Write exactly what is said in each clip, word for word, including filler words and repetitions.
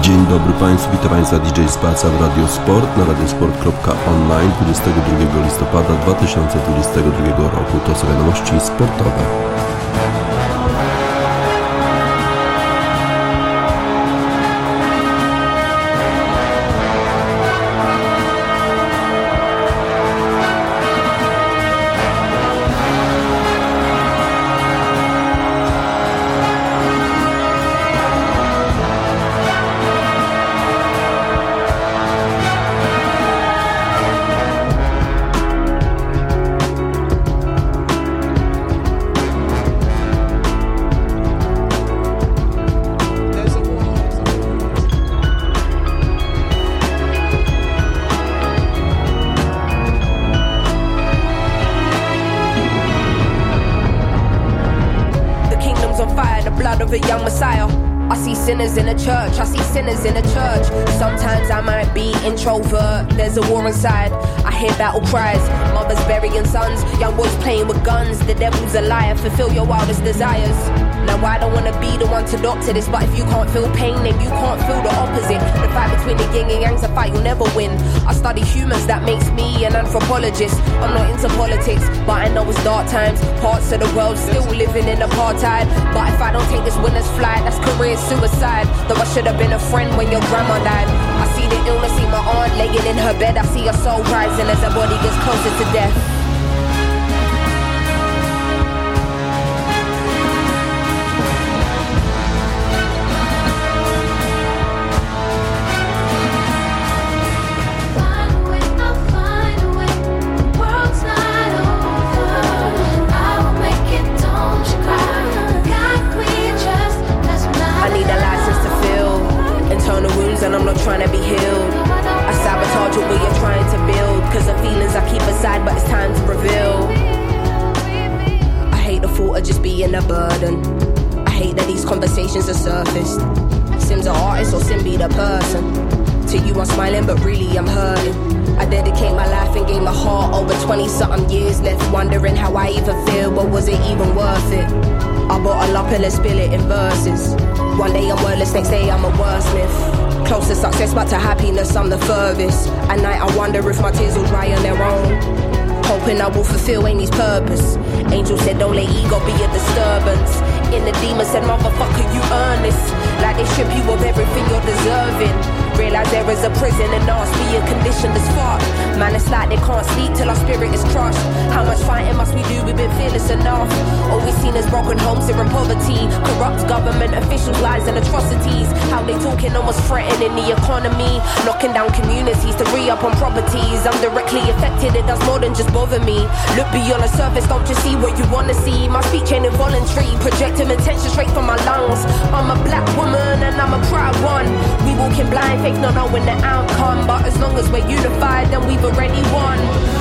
Dzień dobry Państwu, witam Państwa D J Spaca w Radio Sport na radiosport kropka online dwudziestego drugiego listopada dwa tysiące dwudziestego drugiego roku. To są wiadomości sportowe. Sinners in a church, I see sinners in a church. Sometimes I might be introvert, there's a war inside. I hear battle cries, mothers burying sons, young boys playing with guns. The devil's a liar, fulfill your wildest desires. Now I don't wanna be the one to doctor this, but if you can't feel pain, then you can't feel the opposite. The fight between the yin and yang's a fight you'll never win. I study humans, that makes me an anthropologist. I'm not into politics, but I know it's dark times. Parts of the world still living in apartheid. But if I don't take this winner's flight, that's career suicide. Though I should have been a friend when your grandma died. I see the illness, see my aunt laying in her bed. I see her soul rising as her body gets closer to death. And I'm not trying to be healed. I sabotage what you're trying to build, cause the feelings I keep aside, but it's time to reveal. I hate the thought of just being a burden. I hate that these conversations are surfaced. Sim's an artist or Sim be the person. To you I'm smiling but really I'm hurting. I dedicate my life and gave my heart over twenty something years, left wondering how I even feel, but was it even worth it? I bottle up and let's spill it in verses. One day I'm wordless, next day I'm a wordsmith. Close to success, but to happiness, I'm the furthest. At night, I wonder if my tears will dry on their own. Hoping I will fulfill Amy's purpose. Angel said, don't let ego be a disturbance. In the demon said, motherfucker, you earn this. Like they strip you of everything you're deserving. Realize there is a prison and ours being conditioned as fuck. Man, it's like they can't sleep till our spirit is crushed. How much fighting must we do? We've been fearless enough. All we've seen is broken homes here in poverty. Corrupt government officials, lies and atrocities. How they talking almost threatening the economy. Knocking down communities to re-up on properties. I'm directly affected, it does more than just bother me. Look beyond the surface, don't just see what you wanna see. My speech ain't involuntary, projecting attention straight from my lungs. I'm a black woman and I'm a proud one. We walking blind, fake not knowing the outcome. But as long as we're unified, then we've already won.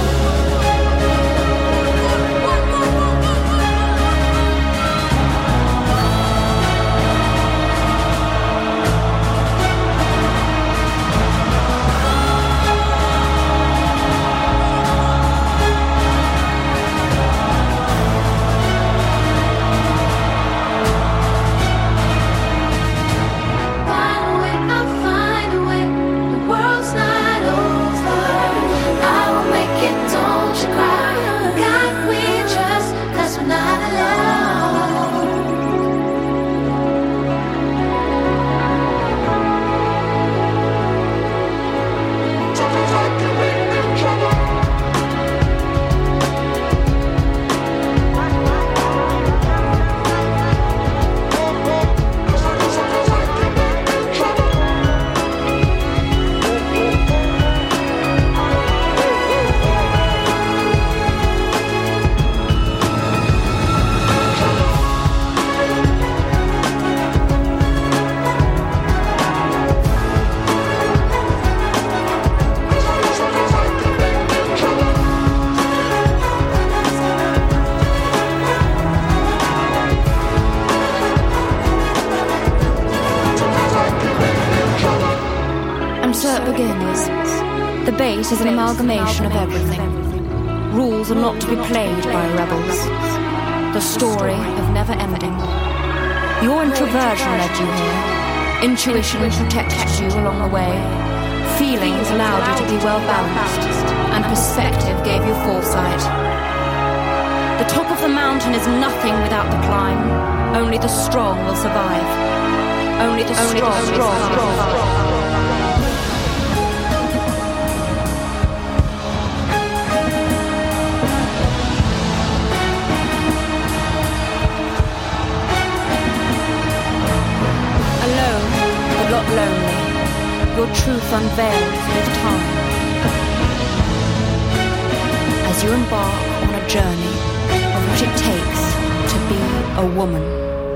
Insert beginners. The base is an amalgamation of everything. Rules are not to be played by rebels. The story of never ending. Your introversion led you here. Intuition protected you along the way. Feelings allowed you to be well balanced, and perspective gave you foresight. The top of the mountain is nothing without the climb. Only the strong will survive. Only the Only strong, the strong will survive. Alone, but not lonely. Your truth unveils with time. As you embark on a journey of what it takes to be a woman.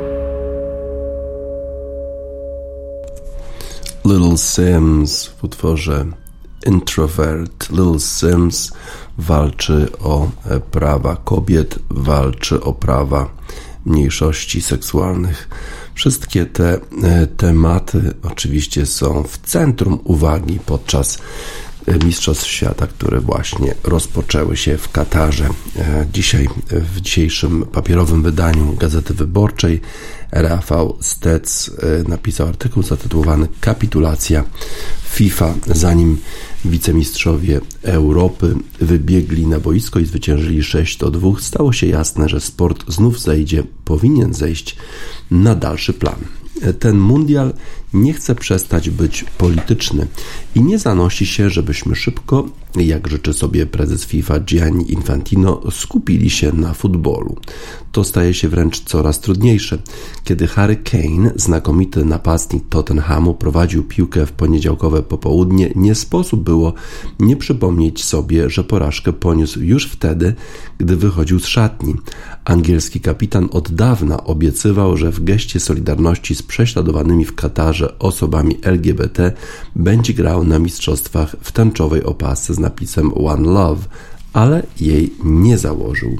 Little Simz w utworze Introvert. Little Simz walczy o prawa kobiet, walczy o prawa mniejszości seksualnych. Wszystkie te tematy oczywiście są w centrum uwagi podczas Mistrzostw Świata, które właśnie rozpoczęły się w Katarze. Dzisiaj w dzisiejszym papierowym wydaniu Gazety Wyborczej Rafał Stec napisał artykuł zatytułowany Kapitulacja FIFA, zanim wicemistrzowie Europy wybiegli na boisko i zwyciężyli sześć do dwóch, stało się jasne, że sport znów zejdzie, powinien zejść na dalszy plan. Ten mundial nie chce przestać być polityczny i nie zanosi się, żebyśmy szybko, jak życzy sobie prezes FIFA Gianni Infantino, skupili się na futbolu. To staje się wręcz coraz trudniejsze. Kiedy Harry Kane, znakomity napastnik Tottenhamu, prowadził piłkę w poniedziałkowe popołudnie, nie sposób było nie przypomnieć sobie, że porażkę poniósł już wtedy, gdy wychodził z szatni. Angielski kapitan od dawna obiecywał, że w geście solidarności z prześladowanymi w Katarze osobami L G B T będzie grał na mistrzostwach w tęczowej opasce z napisem One Love, ale jej nie założył.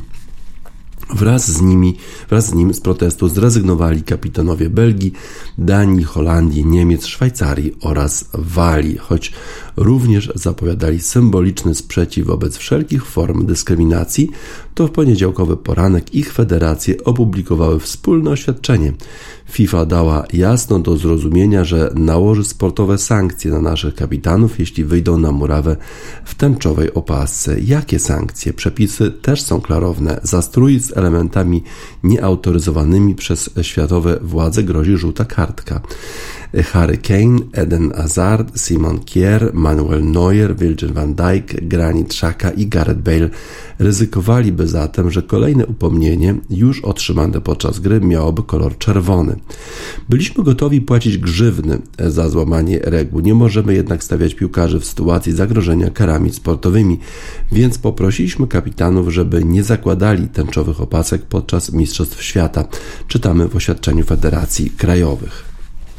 Wraz z nimi, wraz z nim z protestu zrezygnowali kapitanowie Belgii, Danii, Holandii, Niemiec, Szwajcarii oraz Walii, choć również zapowiadali symboliczny sprzeciw wobec wszelkich form dyskryminacji, to w poniedziałkowy poranek ich federacje opublikowały wspólne oświadczenie. FIFA dała jasno do zrozumienia, że nałoży sportowe sankcje na naszych kapitanów, jeśli wyjdą na murawę w tęczowej opasce. Jakie sankcje? Przepisy też są klarowne. Za strój z elementami nieautoryzowanymi przez światowe władze grozi żółta kartka. Harry Kane, Eden Hazard, Simon Kjær, Manuel Neuer, Virgil van Dijk, Granit Xhaka i Gareth Bale ryzykowaliby zatem, że kolejne upomnienie już otrzymane podczas gry miałoby kolor czerwony. Byliśmy gotowi płacić grzywny za złamanie reguł. Nie możemy jednak stawiać piłkarzy w sytuacji zagrożenia karami sportowymi, więc poprosiliśmy kapitanów, żeby nie zakładali tęczowych opasek podczas Mistrzostw Świata. Czytamy w oświadczeniu Federacji Krajowych.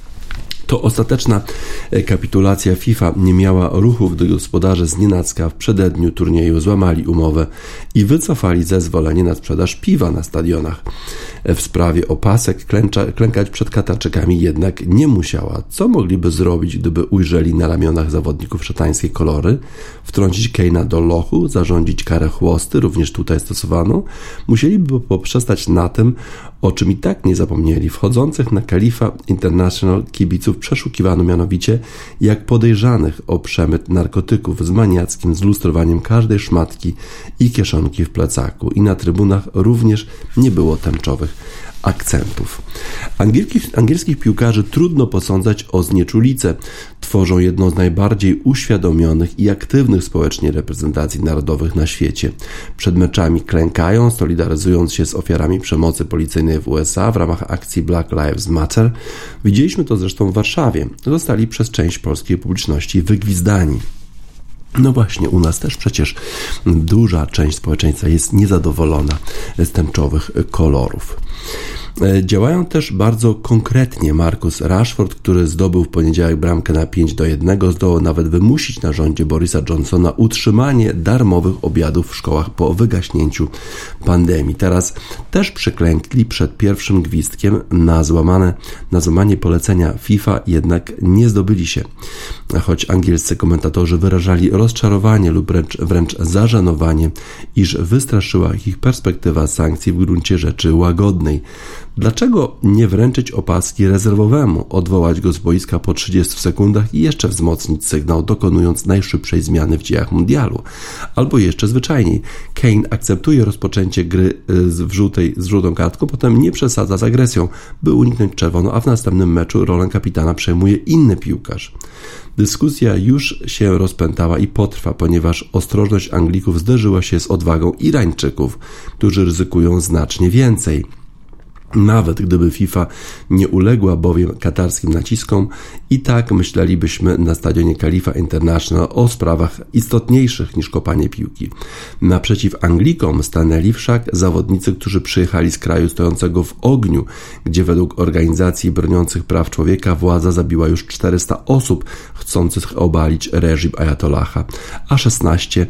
To ostateczna kapitulacja FIFA nie miała ruchu, gdy gospodarze znienacka w przededniu turnieju złamali umowę i wycofali zezwolenie na sprzedaż piwa na stadionach. W sprawie opasek klęcza, klękać przed Katarczykami jednak nie musiała. Co mogliby zrobić, gdyby ujrzeli na ramionach zawodników szatańskie kolory? Wtrącić Kane'a do lochu? Zarządzić karę chłosty, również tutaj stosowaną? Musieliby poprzestać na tym, o czym i tak nie zapomnieli. Wchodzących na Khalifa International kibiców przeszukiwano mianowicie jak podejrzanych o przemyt narkotyków z maniackim zlustrowaniem każdej szmatki i kieszonki w plecaku. I na trybunach również nie było tęczowych akcentów. Angielskich, angielskich piłkarzy trudno posądzać o znieczulicę. Tworzą jedną z najbardziej uświadomionych i aktywnych społecznie reprezentacji narodowych na świecie. Przed meczami klękają, solidaryzując się z ofiarami przemocy policyjnej w U S A w ramach akcji Black Lives Matter. Widzieliśmy to zresztą w Warszawie. Zostali przez część polskiej publiczności wygwizdani. No właśnie, u nas też przecież duża część społeczeństwa jest niezadowolona z tęczowych kolorów. Działają też bardzo konkretnie. Marcus Rashford, który zdobył w poniedziałek bramkę na pięć do jednego, zdołał nawet wymusić na rządzie Borisa Johnsona utrzymanie darmowych obiadów w szkołach po wygaśnięciu pandemii. Teraz też przyklękli przed pierwszym gwizdkiem na złamane, na złamanie polecenia FIFA, jednak nie zdobyli się. Choć angielscy komentatorzy wyrażali rozczarowanie lub wręcz, wręcz zażenowanie, iż wystraszyła ich perspektywa sankcji w gruncie rzeczy łagodnej. Dlaczego nie wręczyć opaski rezerwowemu, odwołać go z boiska po trzydziestu sekundach i jeszcze wzmocnić sygnał, dokonując najszybszej zmiany w dziejach mundialu? Albo jeszcze zwyczajniej, Kane akceptuje rozpoczęcie gry w żółtej, z żółtą kartką, potem nie przesadza z agresją, by uniknąć czerwono, a w następnym meczu rolę kapitana przejmuje inny piłkarz. Dyskusja już się rozpętała i potrwa, ponieważ ostrożność Anglików zderzyła się z odwagą Irańczyków, którzy ryzykują znacznie więcej. Nawet gdyby FIFA nie uległa bowiem katarskim naciskom, i tak myślelibyśmy na stadionie Khalifa International o sprawach istotniejszych niż kopanie piłki. Naprzeciw Anglikom stanęli wszak zawodnicy, którzy przyjechali z kraju stojącego w ogniu, gdzie według organizacji broniących praw człowieka władza zabiła już czterysta osób chcących obalić reżim Ajatollaha, a szesnaście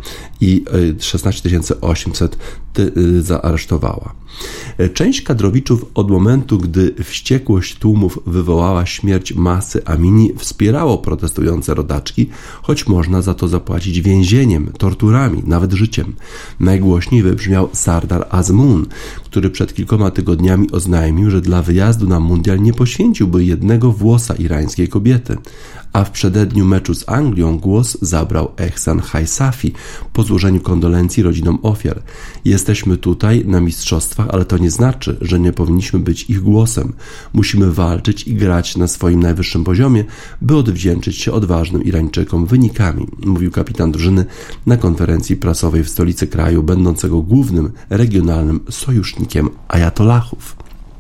tysięcy osiemset zaaresztowała. Część kadrowiczów od momentu, gdy wściekłość tłumów wywołała śmierć masy Amini, wspierało protestujące rodaczki, choć można za to zapłacić więzieniem, torturami, nawet życiem. Najgłośniej wybrzmiał Sardar Azmoun, który przed kilkoma tygodniami oznajmił, że dla wyjazdu na mundial nie poświęciłby jednego włosa irańskiej kobiety. A w przededniu meczu z Anglią głos zabrał Ehsan Hajsafi po złożeniu kondolencji rodzinom ofiar. Jesteśmy tutaj na mistrzostwach, ale to nie znaczy, że nie powinniśmy być ich głosem. Musimy walczyć i grać na swoim najwyższym poziomie, by odwdzięczyć się odważnym Irańczykom wynikami, mówił kapitan drużyny na konferencji prasowej w stolicy kraju, będącego głównym regionalnym sojusznikiem ajatollahów.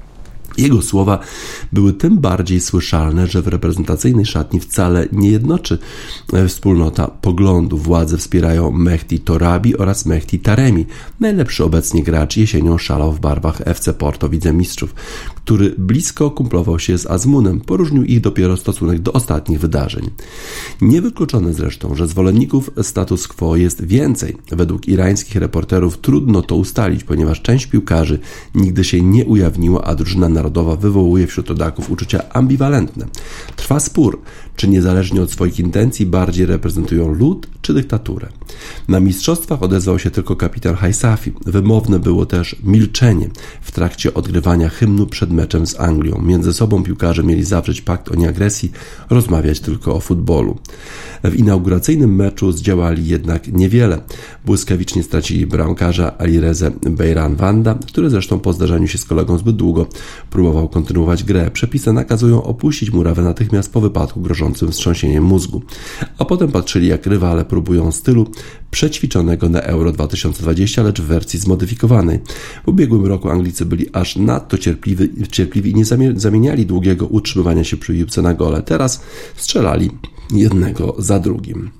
Jego słowa były tym bardziej słyszalne, że w reprezentacyjnej szatni wcale nie jednoczy wspólnota poglądów. Władze wspierają Mehdi Torabi oraz Mehdi Taremi. Najlepszy obecnie gracz jesienią szalał w barwach F C Porto Wicemistrzów, który blisko kumplował się z Azmunem. Poróżnił ich dopiero stosunek do ostatnich wydarzeń. Niewykluczone zresztą, że zwolenników status quo jest więcej. Według irańskich reporterów trudno to ustalić, ponieważ część piłkarzy nigdy się nie ujawniła, a drużyna narodowa wywołuje wśród rodaków uczucia ambiwalentne. Trwa spór, czy niezależnie od swoich intencji bardziej reprezentują lud czy dyktaturę. Na mistrzostwach odezwał się tylko kapitan Hajsafi. Wymowne było też milczenie w trakcie odgrywania hymnu przed meczem z Anglią. Między sobą piłkarze mieli zawrzeć pakt o nieagresji, rozmawiać tylko o futbolu. W inauguracyjnym meczu zdziałali jednak niewiele. Błyskawicznie stracili bramkarza Alirezę Beiranvanda, który zresztą po zdarzeniu się z kolegą zbyt długo próbował kontynuować grę. Przepisy nakazują opuścić murawę natychmiast po wypadku grożącym wstrząsieniem mózgu. A potem patrzyli, jak rywale próbują stylu przećwiczonego na Euro dwa tysiące dwudziestym, lecz w wersji zmodyfikowanej. W ubiegłym roku Anglicy byli aż nadto cierpliwi, cierpliwi i nie zamieniali długiego utrzymywania się przy piłce na gole. Teraz strzelali jednego za drugim.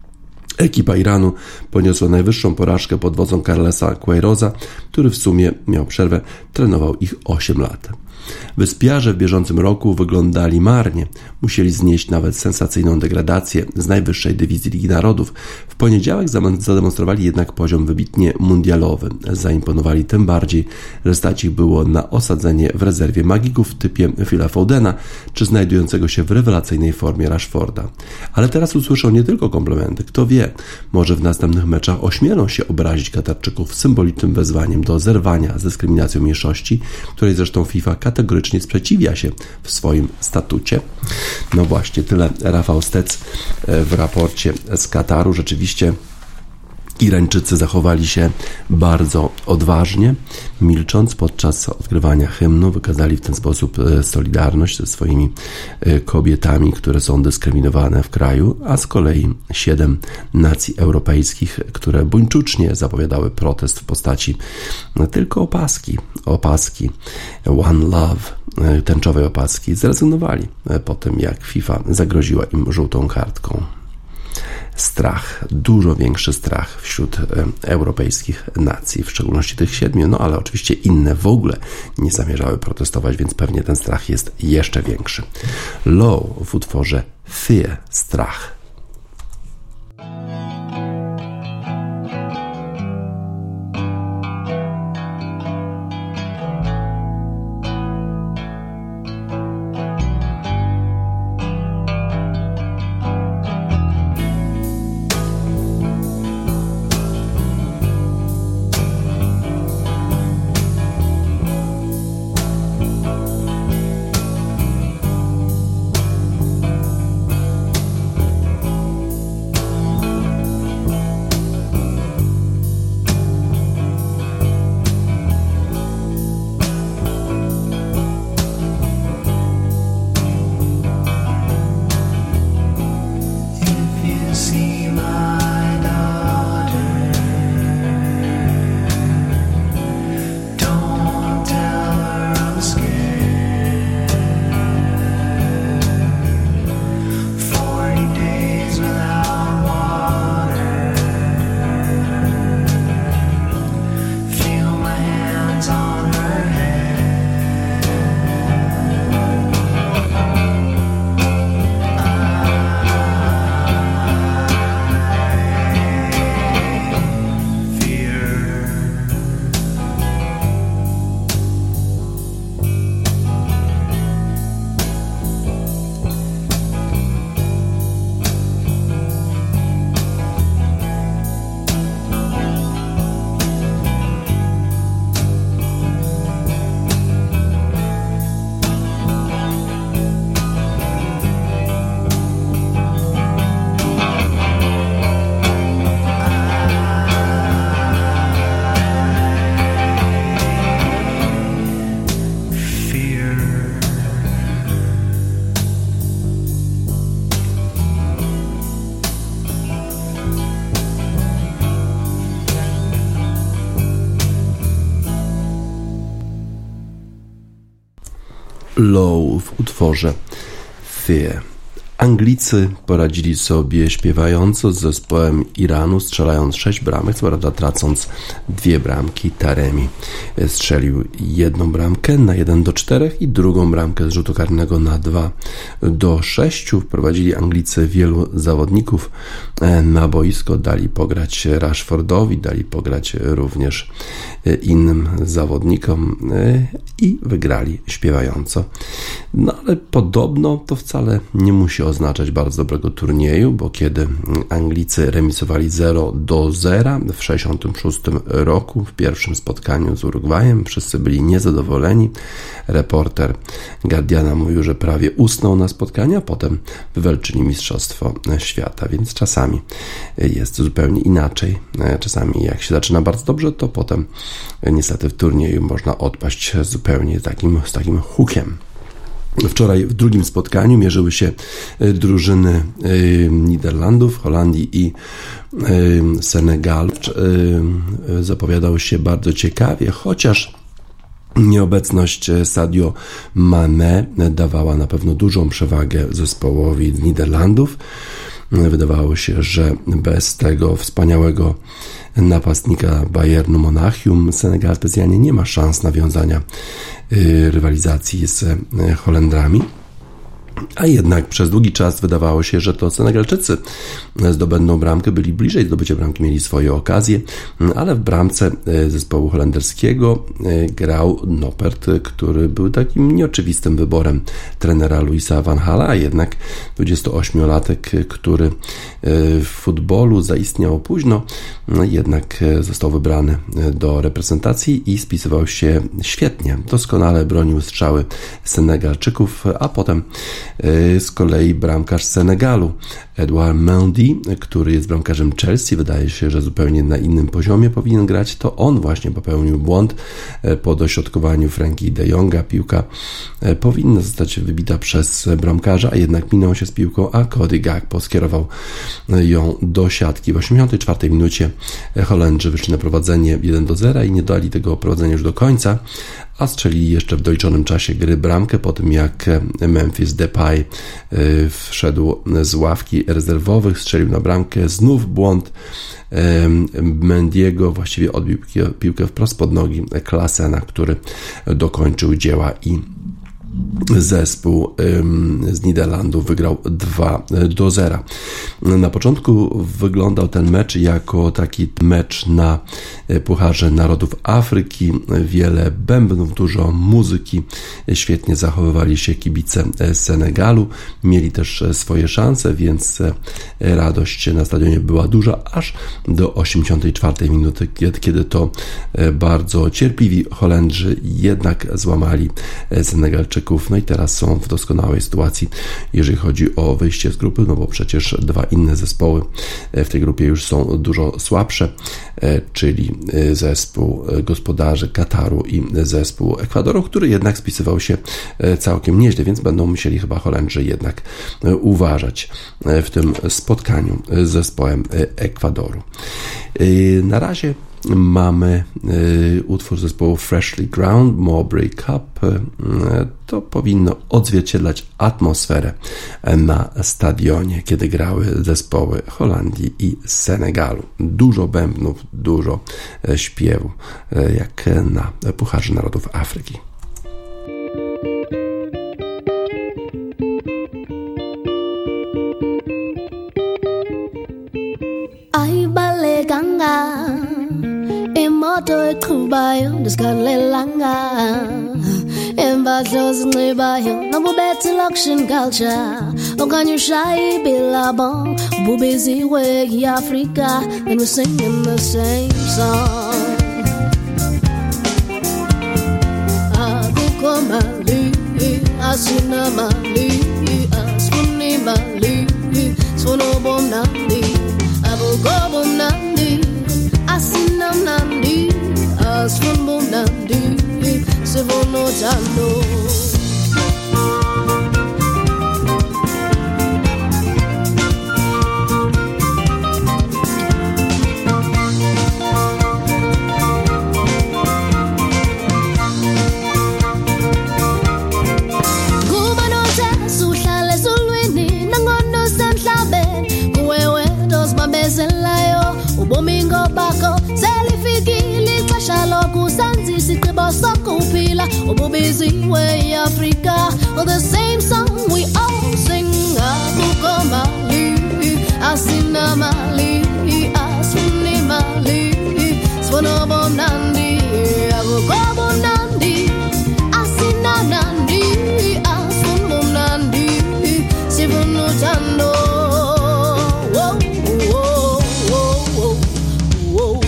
Ekipa Iranu poniosła najwyższą porażkę pod wodzą Carlesa Queiroza, który w sumie miał przerwę, trenował ich osiem lat. Wyspiarze w bieżącym roku wyglądali marnie. Musieli znieść nawet sensacyjną degradację z najwyższej dywizji Ligi Narodów. W poniedziałek zademonstrowali jednak poziom wybitnie mundialowy. Zaimponowali tym bardziej, że stać ich było na osadzenie w rezerwie magików w typie Phila Fodena czy znajdującego się w rewelacyjnej formie Rashforda. Ale teraz usłyszą nie tylko komplementy. Kto wie, może w następnych meczach ośmielą się obrazić Katarczyków symbolicznym wezwaniem do zerwania z dyskryminacją mniejszości, której zresztą FIFA kategorycznie sprzeciwia się w swoim statucie. No właśnie, tyle Rafał Stec w raporcie z Kataru. Rzeczywiście Irańczycy zachowali się bardzo odważnie, milcząc podczas odgrywania hymnu. Wykazali w ten sposób solidarność ze swoimi kobietami, które są dyskryminowane w kraju, a z kolei siedem nacji europejskich, które buńczucznie zapowiadały protest w postaci tylko opaski, opaski One Love, tęczowej opaski, zrezygnowali po tym, jak FIFA zagroziła im żółtą kartką. Strach, dużo większy strach wśród europejskich nacji, w szczególności tych siedmiu, no ale oczywiście inne w ogóle nie zamierzały protestować, więc pewnie ten strach jest jeszcze większy. Low w utworze Fear, strach. Low w utworze Fear. Anglicy poradzili sobie śpiewająco z zespołem Iranu, strzelając sześć bramek, co prawda tracąc dwie bramki. Taremi strzelił jedną bramkę na jeden do czterech i drugą bramkę z rzutu karnego na dwa do sześciu. Wprowadzili Anglicy wielu zawodników na boisko, dali pograć Rashfordowi, dali pograć również innym zawodnikom i wygrali śpiewająco. No ale podobno to wcale nie musi oznaczać bardzo dobrego turnieju, bo kiedy Anglicy remisowali zero do zera w sześćdziesiątym szóstym roku w pierwszym spotkaniu z Urugwajem, wszyscy byli niezadowoleni. Reporter Guardiana mówił, że prawie usnął na spotkaniu, a potem wywalczyli Mistrzostwo Świata, więc czasami jest zupełnie inaczej. Czasami jak się zaczyna bardzo dobrze, to potem niestety w turnieju można odpaść zupełnie takim, z takim hukiem. Wczoraj w drugim spotkaniu mierzyły się drużyny Niderlandów, Holandii i Senegalu. Zapowiadało się bardzo ciekawie, chociaż nieobecność Sadio Mané dawała na pewno dużą przewagę zespołowi z Niderlandów. Wydawało się, że bez tego wspaniałego napastnika Bayernu Monachium Senegal specjalnie nie ma szans nawiązania rywalizacji z Holendrami. A jednak przez długi czas wydawało się, że to Senegalczycy zdobędą bramkę, byli bliżej zdobycia bramki, mieli swoje okazje, ale w bramce zespołu holenderskiego grał Noppert, który był takim nieoczywistym wyborem trenera Louisa van Gaala, a jednak dwudziestoośmiolatek, który w futbolu zaistniał późno, jednak został wybrany do reprezentacji i spisywał się świetnie. Doskonale bronił strzały Senegalczyków, a potem z kolei bramkarz Senegalu Edouard Mendy, który jest bramkarzem Chelsea, wydaje się, że zupełnie na innym poziomie powinien grać, to on właśnie popełnił błąd po dośrodkowaniu Frenkie de Jonga. Piłka powinna zostać wybita przez bramkarza, a jednak minął się z piłką, a Cody Gakpo skierował ją do siatki. W osiemdziesiątej czwartej minucie Holendrzy wyszli na prowadzenie jeden do zera i nie dali tego prowadzenia już do końca, a strzelili jeszcze w doliczonym czasie gry bramkę po tym, jak Memphis Depay wszedł z ławki rezerwowych, strzelił na bramkę, znów błąd Mendiego, właściwie odbił piłkę wprost pod nogi Klaasena, który dokończył dzieła i zespół z Niderlandów wygrał dwa do zera. Na początku wyglądał ten mecz jako taki mecz na Pucharze Narodów Afryki. Wiele bębnów, dużo muzyki. Świetnie zachowywali się kibice Senegalu. Mieli też swoje szanse, więc radość na stadionie była duża, aż do osiemdziesiątej czwartej minuty, kiedy to bardzo cierpliwi Holendrzy jednak złamali Senegalczyków. No i teraz są w doskonałej sytuacji, jeżeli chodzi o wyjście z grupy, no bo przecież dwa inne zespoły w tej grupie już są dużo słabsze, czyli zespół gospodarzy Kataru i zespół Ekwadoru, który jednak spisywał się całkiem nieźle, więc będą musieli chyba Holendrzy jednak uważać w tym spotkaniu z zespołem Ekwadoru. Na razie mamy y, utwór zespołu Freshly Ground, Mowbray Cup. Y, to powinno odzwierciedlać atmosferę na stadionie, kiedy grały zespoły Holandii i Senegalu. Dużo bębnów, dużo y, śpiewu, y, jak na Pucharze Narodów Afryki. Ay baleganga Emoto eqhubayo ndisikhalelanga Embadlo zinxibayo Nobubethe loction culture Okanye ushaye ibilabo Bubiziwe i-Afrika And we're singing the same song Akukho mali Asina mali Asifuni mali Sifuna ubumnandi Abukho bumnandi Asina mnandi Asifuna ubumnandi Sifuna uthando bakho selifikile ixesha lokusenzisa isigqibo sokuphila ububiziwe Africa. The same song we all sing. Akukho mali, asina mali, asifuni mali, sifuna ubumnandi. Akukho bumnandi, asina mnandi, asifuni ubumnandi, sifuna uthando. Whoa, whoa, whoa, whoa.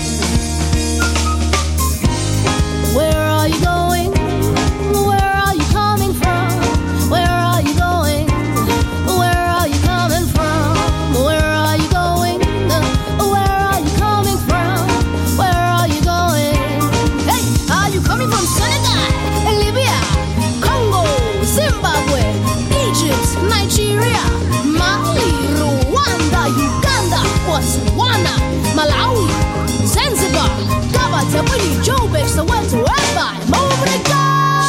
Where are you going? Where are you coming from? Where are you going? Where are you coming from? Where are you going? Where are you coming from? Where are you going? Hey, are you coming from Senegal, Libya, Congo, Zimbabwe, Egypt, Nigeria, Mali, Rwanda, Uganda, Botswana, Malawi, Zanzibar, Gabon, Tabuni, Joburg, Soweto, Eba, Mobrika.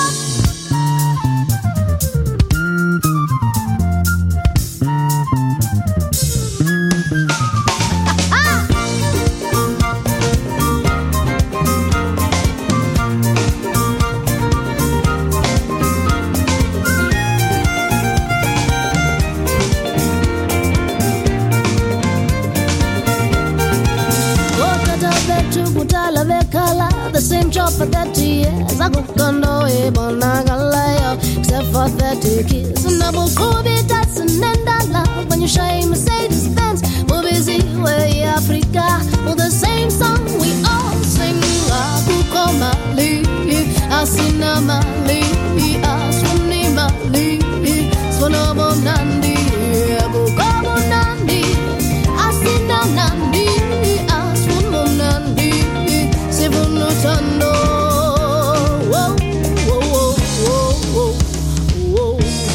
The same job for thirty years. I go condo e bonagalayo, except for thirty kids. And I will go be that's an end I love when you shine Mercedes Benz. We're busy way Africa. Well, the same song we all sing. Akuko Mali, Asina Mali, Asuni Mali, Swonobo Nandi, Akuko Nandi, Asina Nandi, Asunu Nandi. Tondo. Whoa, whoa, whoa, whoa, whoa.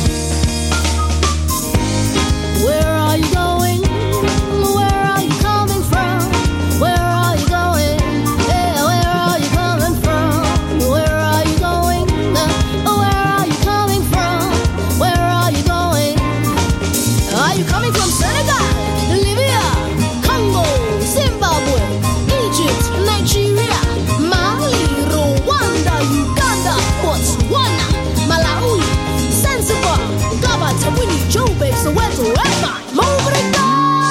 Where are you going? Where are you coming from? Where are you going? Yeah, where are you coming from? Where are you going? Where are you coming from? Where are you going? Are you coming from Senegal, Libya, Congo, Zimbabwe, Egypt, Nigeria, Mali, Rwanda, Uganda, Botswana, Malawi, Zanzibar, Gabon, Tabuni, Joburg, Soweto, Eba, Mobrika.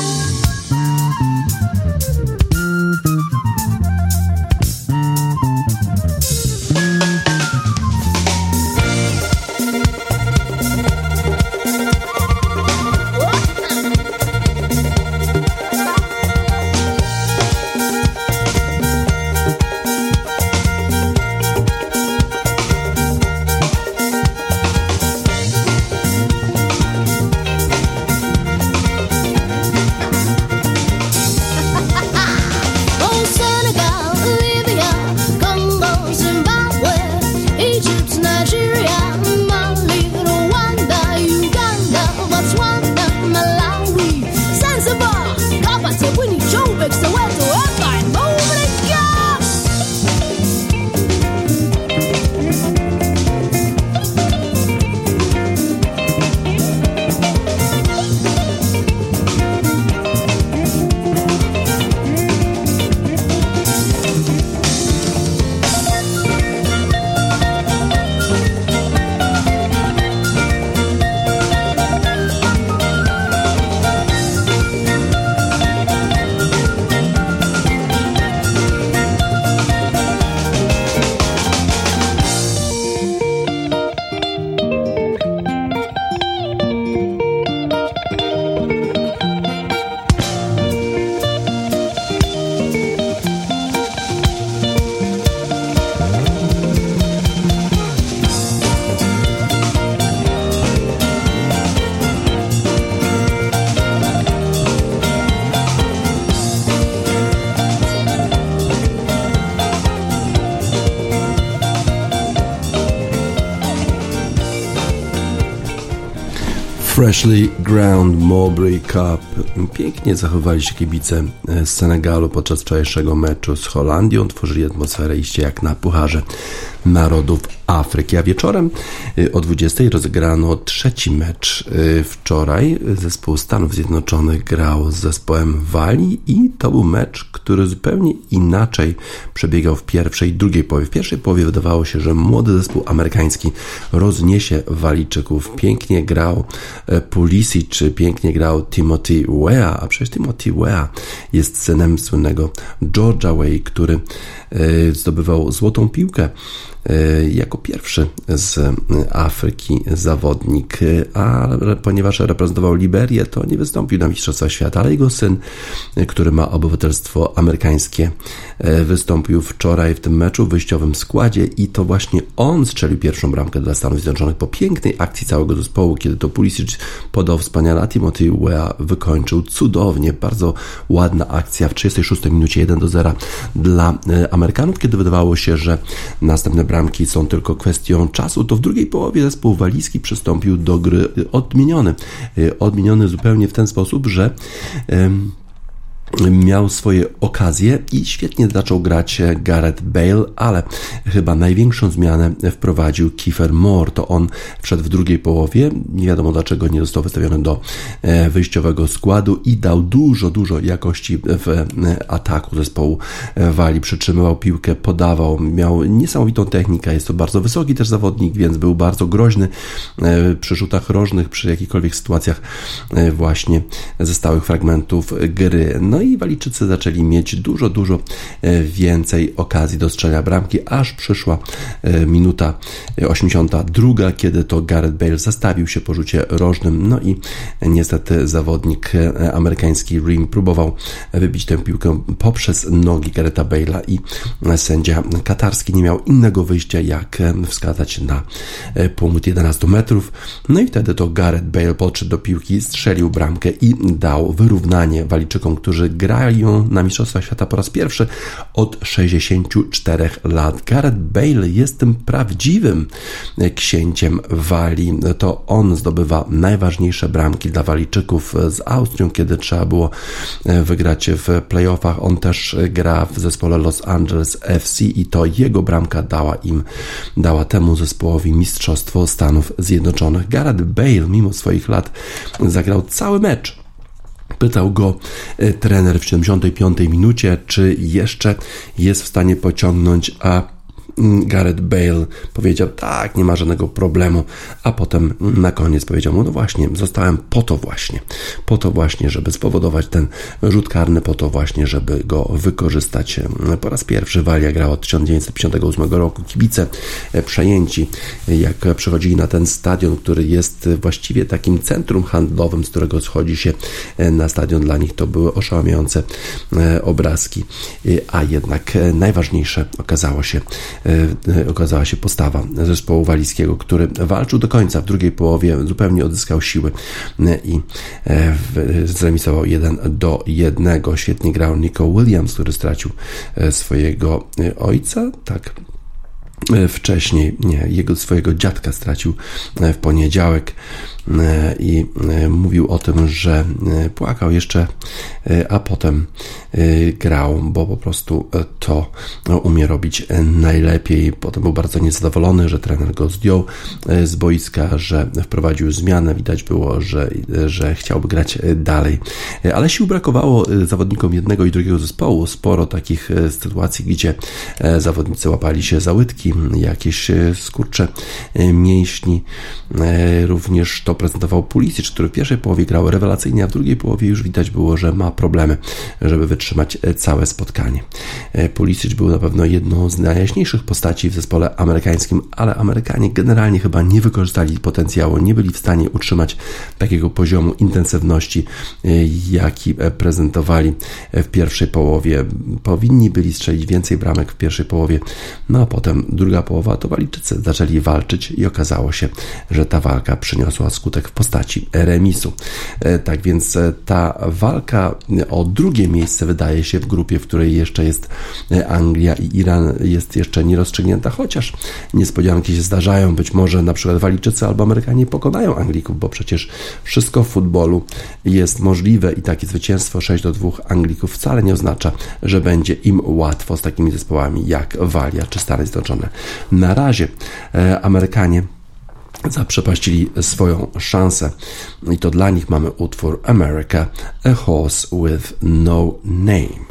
Freshly Ground Mowbray Cup. Pięknie zachowali się kibice z Senegalu podczas wczorajszego meczu z Holandią. Tworzyli atmosferę iście jak na Pucharze Narodów Afryki, a wieczorem o dwudziestej rozegrano trzeci mecz. Wczoraj zespół Stanów Zjednoczonych grał z zespołem Walii i to był mecz, który zupełnie inaczej przebiegał w pierwszej i drugiej połowie. W pierwszej połowie wydawało się, że młody zespół amerykański rozniesie Walijczyków. Pięknie grał Pulisic, czy pięknie grał Timothy Weah, a przecież Timothy Weah jest synem słynnego George'a Weah, który zdobywał złotą piłkę jako pierwszy z Afryki zawodnik, ale ponieważ reprezentował Liberię, to nie wystąpił na Mistrzostwach Świata, ale jego syn, który ma obywatelstwo amerykańskie, wystąpił wczoraj w tym meczu w wyjściowym składzie i to właśnie on strzelił pierwszą bramkę dla Stanów Zjednoczonych po pięknej akcji całego zespołu, kiedy to Pulisic podał wspaniale, a Timothy Weah wykończył cudownie. Bardzo ładna akcja w trzydziestej szóstej minucie jeden do zera dla Amerykanów, kiedy wydawało się, że następne bramki są tylko kwestią czasu, to w drugiej połowie zespół walijski przystąpił do gry odmieniony. Odmieniony zupełnie w ten sposób, że um, miał swoje okazje i świetnie zaczął grać Gareth Bale, ale chyba największą zmianę wprowadził Kiefer Moore. To on wszedł w drugiej połowie, nie wiadomo dlaczego nie został wystawiony do wyjściowego składu i dał dużo, dużo jakości w ataku zespołu Walii. Przytrzymywał piłkę, podawał, miał niesamowitą technikę, jest to bardzo wysoki też zawodnik, więc był bardzo groźny przy rzutach rożnych, przy jakichkolwiek sytuacjach właśnie ze stałych fragmentów gry. No i Walijczycy zaczęli mieć dużo, dużo więcej okazji do strzelania bramki, aż przyszła minuta osiemdziesiąta druga, kiedy to Gareth Bale zastawił się po rzucie rożnym, no i niestety zawodnik amerykański Ream próbował wybić tę piłkę poprzez nogi Garetha Bale'a i sędzia katarski nie miał innego wyjścia, jak wskazać na punkt jedenaście metrów, no i wtedy to Gareth Bale podszedł do piłki, strzelił bramkę i dał wyrównanie Walijczykom, którzy grają na Mistrzostwach Świata po raz pierwszy od sześćdziesięciu czterech lat. Gareth Bale jest tym prawdziwym księciem Walii. To on zdobywa najważniejsze bramki dla Walijczyków z Austrią, kiedy trzeba było wygrać w playoffach. On też gra w zespole Los Angeles F C i to jego bramka dała im, dała temu zespołowi Mistrzostwo Stanów Zjednoczonych. Gareth Bale mimo swoich lat zagrał cały mecz. Pytał go trener w siedemdziesiątej piątej minucie, czy jeszcze jest w stanie pociągnąć, a Gareth Bale powiedział, tak, nie ma żadnego problemu, a potem na koniec powiedział mu, no właśnie, zostałem po to właśnie, po to właśnie, żeby spowodować ten rzut karny, po to właśnie, żeby go wykorzystać. Po raz pierwszy Walia grała od tysiąc dziewięćset pięćdziesiątego ósmego roku, kibice przejęci, jak przychodzili na ten stadion, który jest właściwie takim centrum handlowym, z którego schodzi się na stadion, dla nich to były oszałamiające obrazki, a jednak najważniejsze okazało się okazała się postawa zespołu walijskiego, który walczył do końca. W drugiej połowie zupełnie odzyskał siły i zremisował jeden do jednego. Świetnie grał Nico Williams, który stracił swojego ojca, tak, wcześniej, nie, jego swojego dziadka stracił w poniedziałek i mówił o tym, że płakał jeszcze, a potem grał, bo po prostu to umie robić najlepiej. Potem był bardzo niezadowolony, że trener go zdjął z boiska, że wprowadził zmianę. Widać było, że, że chciałby grać dalej. Ale sił brakowało zawodnikom jednego i drugiego zespołu. Sporo takich sytuacji, gdzie zawodnicy łapali się za łydki, jakieś skurcze mięśni. Również to prezentował Pulisic, który w pierwszej połowie grał rewelacyjnie, a w drugiej połowie już widać było, że ma problemy, żeby wytrzymać całe spotkanie. Pulisic był na pewno jedną z najjaśniejszych postaci w zespole amerykańskim, ale Amerykanie generalnie chyba nie wykorzystali potencjału, nie byli w stanie utrzymać takiego poziomu intensywności, jaki prezentowali w pierwszej połowie. Powinni byli strzelić więcej bramek w pierwszej połowie, no a potem druga połowa to Walijczycy zaczęli walczyć i okazało się, że ta walka przyniosła skutek. skutek w postaci remisu. Tak więc ta walka o drugie miejsce wydaje się w grupie, w której jeszcze jest Anglia i Iran, jest jeszcze nierozstrzygnięta, chociaż niespodzianki się zdarzają. Być może na przykład Walijczycy albo Amerykanie pokonają Anglików, bo przecież wszystko w futbolu jest możliwe i takie zwycięstwo sześć do dwóch Anglików wcale nie oznacza, że będzie im łatwo z takimi zespołami jak Walia czy Stany Zjednoczone. Na razie e, Amerykanie zaprzepaścili swoją szansę i to dla nich mamy utwór America, a Horse with No Name.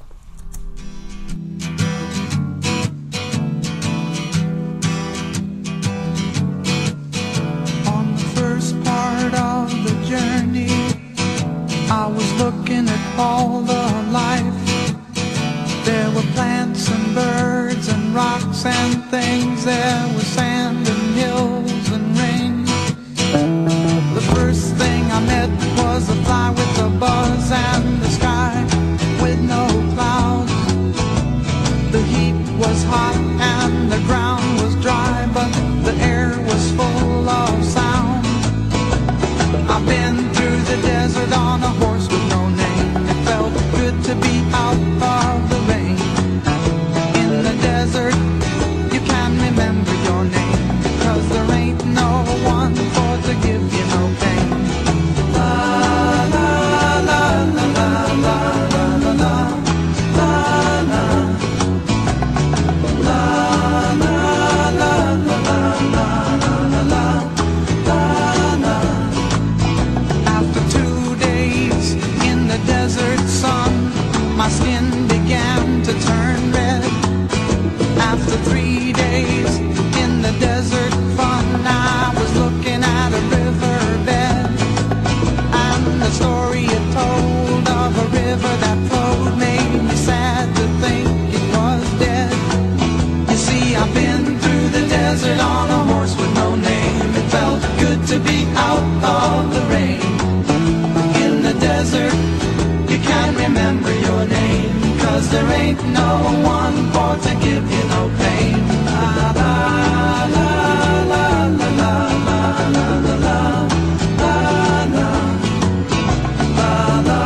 On the first part of the journey, I was looking at all the life. There were plants and birds and rocks and things. There was sand and hills and rain. The first thing I met was a fly with a buzz and the sky with no clouds. The heat was hot and the ground was dry, but the air was full of sound. I've been through the desert on a horse with no name. It felt good to be out of the rain. In the desert, you can remember your name, 'cause there ain't no one for to give you no pain. La la la la la la la la la la la la la la la. After two days in the desert sun, my skin began to turn red. After three days in the desert fun, I was looking at a riverbed, and the story it told of a river that flowed made me sad to think it was dead. You see, I've been through the desert on a horse with no name. It felt good to be out of the rain. In the desert, you can't remember your name, 'cause there ain't no one for to give you no pain. La la la la la la la la la la la la la la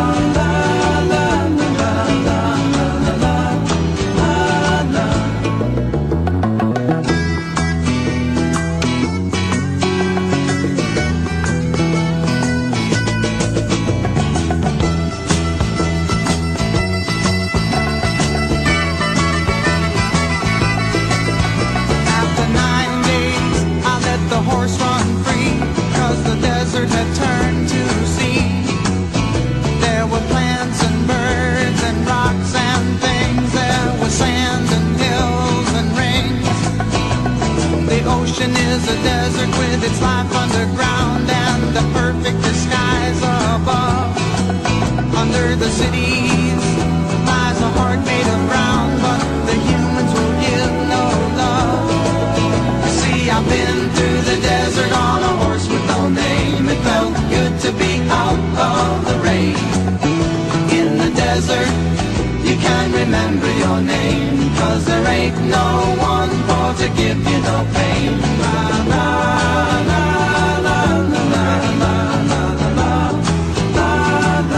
After nine days, I let the horse run free, 'cause the desert had turned to sea. There were plants and birds and rocks and things. There was sand and hills and rains. The ocean is a desert with its life underground and the perfect disguise above. Under the cities lies a heart made of brown, but the humans will give no love. You see, I've been through the desert on a horse with no name. It felt good to be out of the rain. In the desert, you can't remember your name, 'cause there ain't no one for to give you no pain. La la la la la la la la la la la la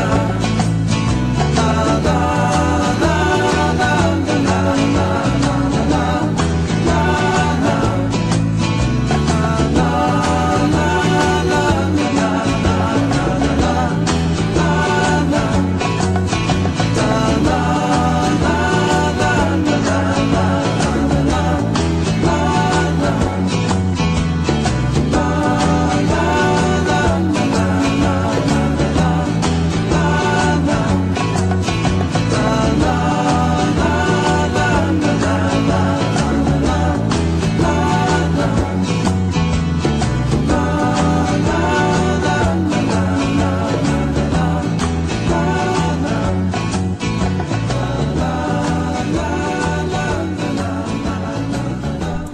la la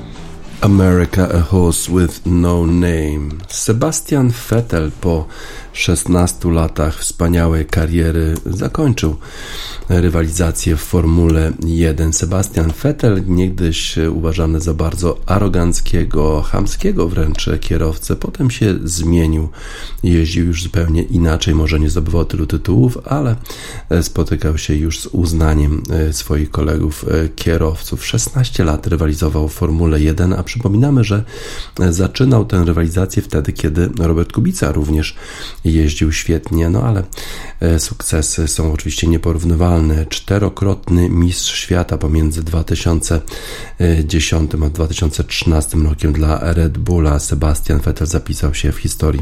America, a Horse with No Name. Sebastian Vettel po szesnastu latach wspaniałej kariery zakończył rywalizację w Formule jeden. Sebastian Vettel, niegdyś uważany za bardzo aroganckiego, chamskiego wręcz kierowcę, potem się zmienił, jeździł już zupełnie inaczej, może nie zdobywał tylu tytułów, ale spotykał się już z uznaniem swoich kolegów kierowców. szesnaście lat rywalizował w Formule jeden, a przypominamy, że zaczynał tę rywalizację wtedy, kiedy Robert Kubica również jeździł świetnie, no ale sukcesy są oczywiście nieporównywalne. Czterokrotny mistrz świata pomiędzy dwa tysiące dziesiątym a dwa tysiące trzynastym rokiem dla Red Bulla. Sebastian Vettel zapisał się w historii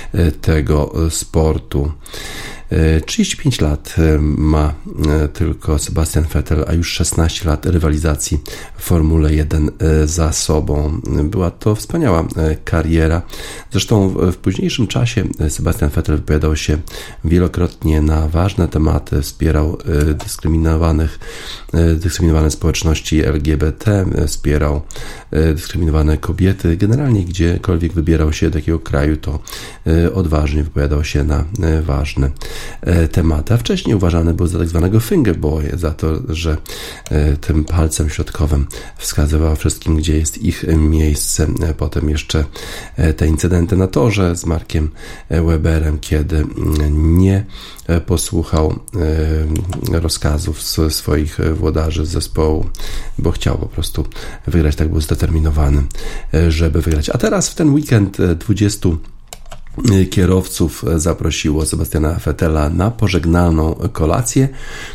tego sportu. trzydzieści pięć lat ma tylko Sebastian Vettel, a już szesnaście lat rywalizacji w Formule jeden za sobą. Była to wspaniała kariera. Zresztą w późniejszym czasie Sebastian Vettel wypowiadał się wielokrotnie na ważne tematy, wspierał dyskryminowanych, dyskryminowane społeczności L G B T, wspierał dyskryminowane kobiety. Generalnie gdziekolwiek wybierał się do takiego kraju, to odważnie wypowiadał się na ważne tematy, a wcześniej uważany był za tak zwanego fingerboy, za to, że tym palcem środkowym wskazywał wszystkim, gdzie jest ich miejsce. Potem jeszcze te incydenty na torze z Markiem Webberem, kiedy nie posłuchał rozkazów swoich włodarzy z zespołu, bo chciał po prostu wygrać, tak był zdeterminowany, żeby wygrać. A teraz w ten weekend dwudziestu kierowców zaprosiło Sebastiana Vettela na pożegnalną kolację,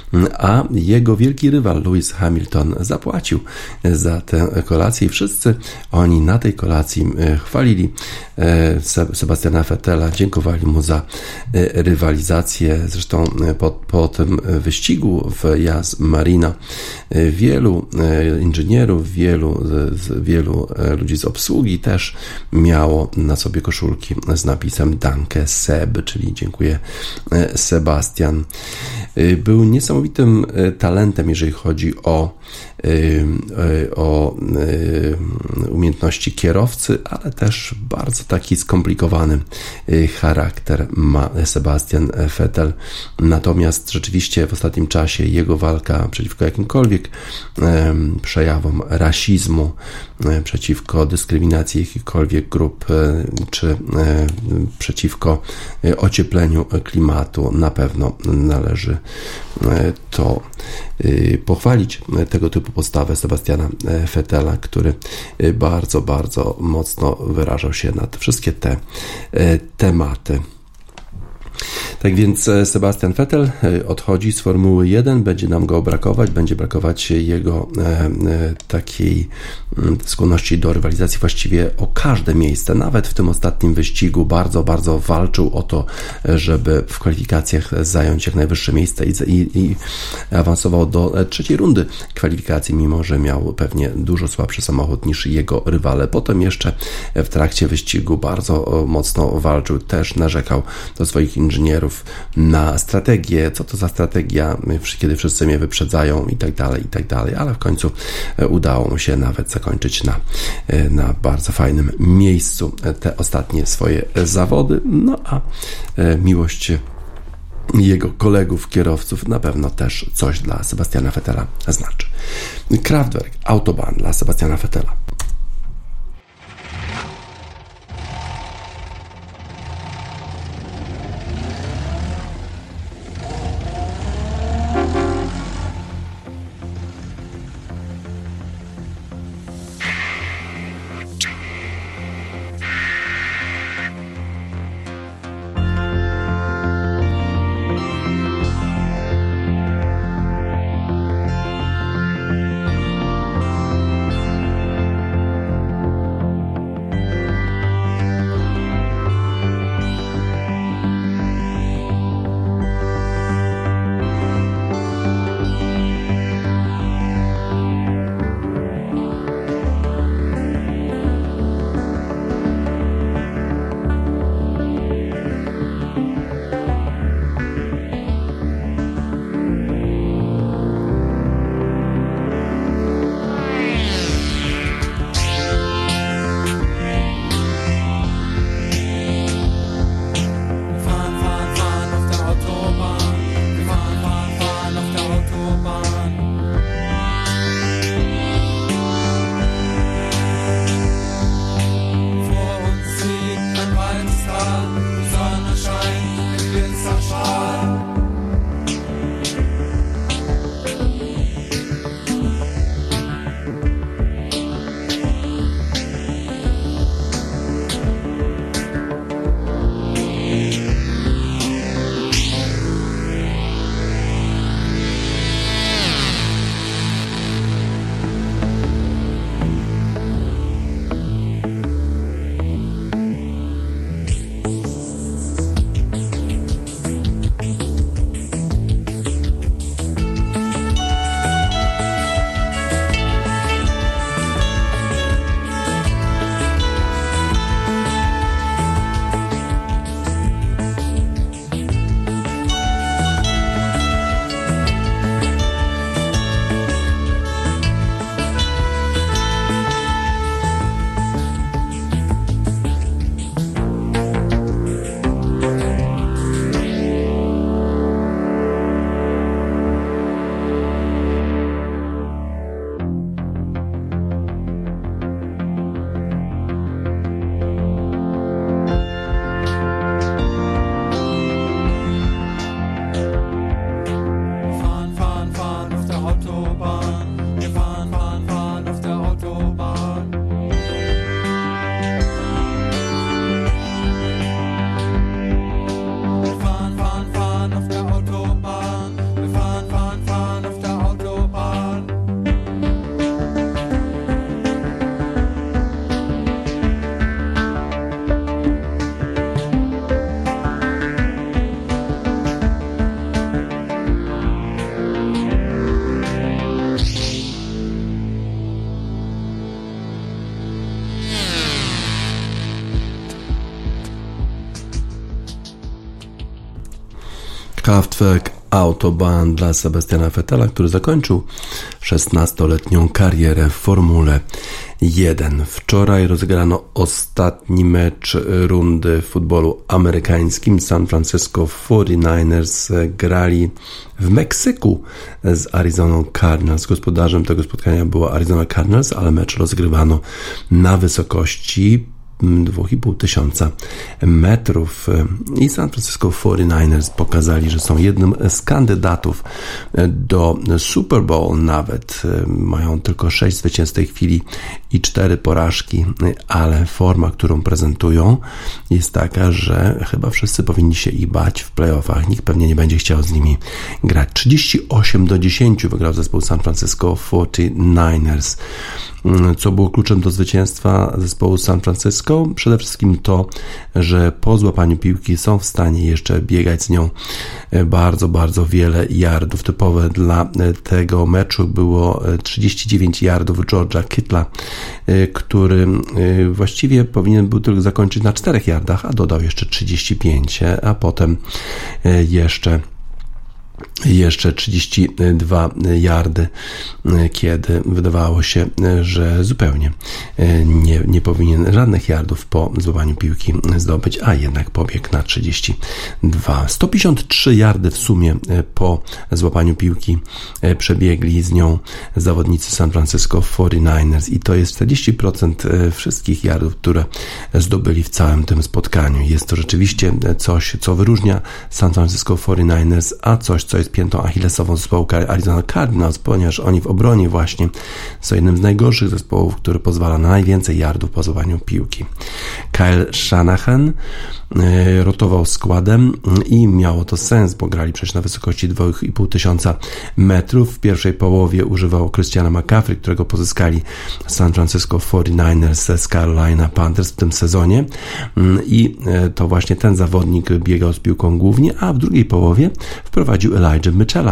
a jego wielki rywal Lewis Hamilton zapłacił za tę kolację i wszyscy oni na tej kolacji chwalili Sebastiana Vettela, dziękowali mu za rywalizację. Zresztą po, po tym wyścigu w Yas Marina wielu inżynierów, wielu, wielu ludzi z obsługi też miało na sobie koszulki z napisem Danke Seb, czyli dziękuję Sebastian. Był niesamowitym talentem, jeżeli chodzi o o umiejętności kierowcy, ale też bardzo taki skomplikowany charakter ma Sebastian Vettel. Natomiast rzeczywiście w ostatnim czasie jego walka przeciwko jakimkolwiek przejawom rasizmu, przeciwko dyskryminacji jakichkolwiek grup, czy przeciwko ociepleniu klimatu, na pewno należy to pochwalić, tego typu postawę Sebastiana Vettela, który bardzo, bardzo mocno wyrażał się na te wszystkie te tematy. Tak więc Sebastian Vettel odchodzi z Formuły jeden, będzie nam go brakować, będzie brakować jego e, takiej skłonności do rywalizacji właściwie o każde miejsce. Nawet w tym ostatnim wyścigu bardzo, bardzo walczył o to, żeby w kwalifikacjach zająć jak najwyższe miejsce i, i, i awansował do trzeciej rundy kwalifikacji, mimo że miał pewnie dużo słabszy samochód niż jego rywale. Potem jeszcze w trakcie wyścigu bardzo mocno walczył, też narzekał do swoich inżynierów na strategię, co to za strategia, kiedy wszyscy mnie wyprzedzają i tak dalej, i tak dalej, ale w końcu udało mu się nawet zakończyć na, na bardzo fajnym miejscu te ostatnie swoje zawody, no a miłość jego kolegów, kierowców na pewno też coś dla Sebastiana Vettela znaczy. Kraftwerk, Autobahn dla Sebastiana Vettela. Kraftwerk Autobahn dla Sebastiana Vettela, który zakończył szesnastoletnią karierę w Formule jeden. Wczoraj rozegrano ostatni mecz rundy w futbolu amerykańskim. San Francisco forty-niners grali w Meksyku z Arizona Cardinals. Gospodarzem tego spotkania była Arizona Cardinals, ale mecz rozgrywano na wysokości dwa i pół tysiąca metrów i San Francisco forty-niners pokazali, że są jednym z kandydatów do Super Bowl nawet. Mają tylko sześć zwycięstw w tej chwili i cztery porażki, ale forma, którą prezentują, jest taka, że chyba wszyscy powinni się ich bać w playoffach. Nikt pewnie nie będzie chciał z nimi grać. trzydzieści osiem do dziesięciu wygrał zespół San Francisco forty-niners. Co było kluczem do zwycięstwa zespołu San Francisco? Przede wszystkim to, że po złapaniu piłki są w stanie jeszcze biegać z nią bardzo, bardzo wiele yardów. Typowe dla tego meczu było trzydzieści dziewięć yardów George'a Kittla, który właściwie powinien był tylko zakończyć na czterech yardach, a dodał jeszcze trzydzieści pięć, a potem jeszcze jeszcze trzydzieści dwa yardy, kiedy wydawało się, że zupełnie nie, nie powinien żadnych yardów po złapaniu piłki zdobyć, a jednak pobiegł na trzydzieści dwa. sto pięćdziesiąt trzy yardy w sumie po złapaniu piłki przebiegli z nią zawodnicy San Francisco forty-niners i to jest czterdzieści procent wszystkich yardów, które zdobyli w całym tym spotkaniu. Jest to rzeczywiście coś, co wyróżnia San Francisco forty-niners, a coś, co jest piętą achillesową zespołu Arizona Cardinals, ponieważ oni w obronie właśnie są jednym z najgorszych zespołów, który pozwala na najwięcej yardów po złapaniu piłki. Kyle Shanahan rotował składem i miało to sens, bo grali przecież na wysokości dwa i pół tysiąca metrów. W pierwszej połowie używał Christiana McCaffrey, którego pozyskali San Francisco forty-niners z Carolina Panthers w tym sezonie i to właśnie ten zawodnik biegał z piłką głównie, a w drugiej połowie wprowadził Elijah Mitchella,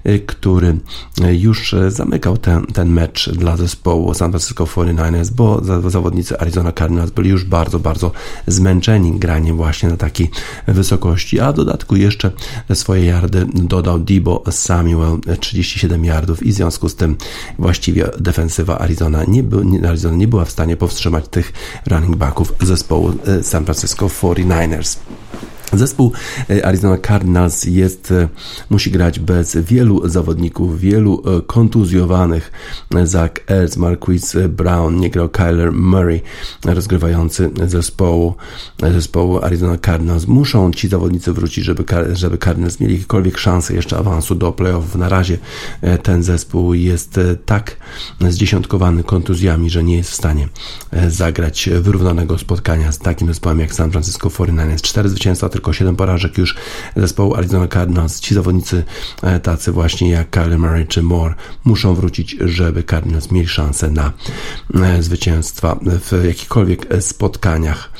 który już zamykał ten, ten mecz dla zespołu San Francisco forty-niners, bo zawodnicy Arizona Cardinals byli już bardzo, bardzo zmęczeni graniem właśnie na takiej wysokości, a w dodatku jeszcze swoje yardy dodał Deebo Samuel, trzydzieści siedem yardów i w związku z tym właściwie defensywa Arizona nie, by, Arizona nie była w stanie powstrzymać tych running backów zespołu San Francisco forty-niners. Zespół Arizona Cardinals jest, musi grać bez wielu zawodników, wielu kontuzjowanych. Zach Ertz, Marquise Brown, nie grał Kyler Murray, rozgrywający zespołu, zespołu Arizona Cardinals. Muszą ci zawodnicy wrócić, żeby, żeby Cardinals mieli jakiekolwiek szansę jeszcze awansu do playoffów. Na razie ten zespół jest tak zdziesiątkowany kontuzjami, że nie jest w stanie zagrać wyrównanego spotkania z takim zespołem jak San Francisco forty-niners. Cztery zwycięstwa, tylko siedem porażek już zespołu Arizona Cardinals. Ci zawodnicy tacy właśnie jak Kyler Murray czy Moore muszą wrócić, żeby Cardinals mieli szansę na zwycięstwa w jakichkolwiek spotkaniach.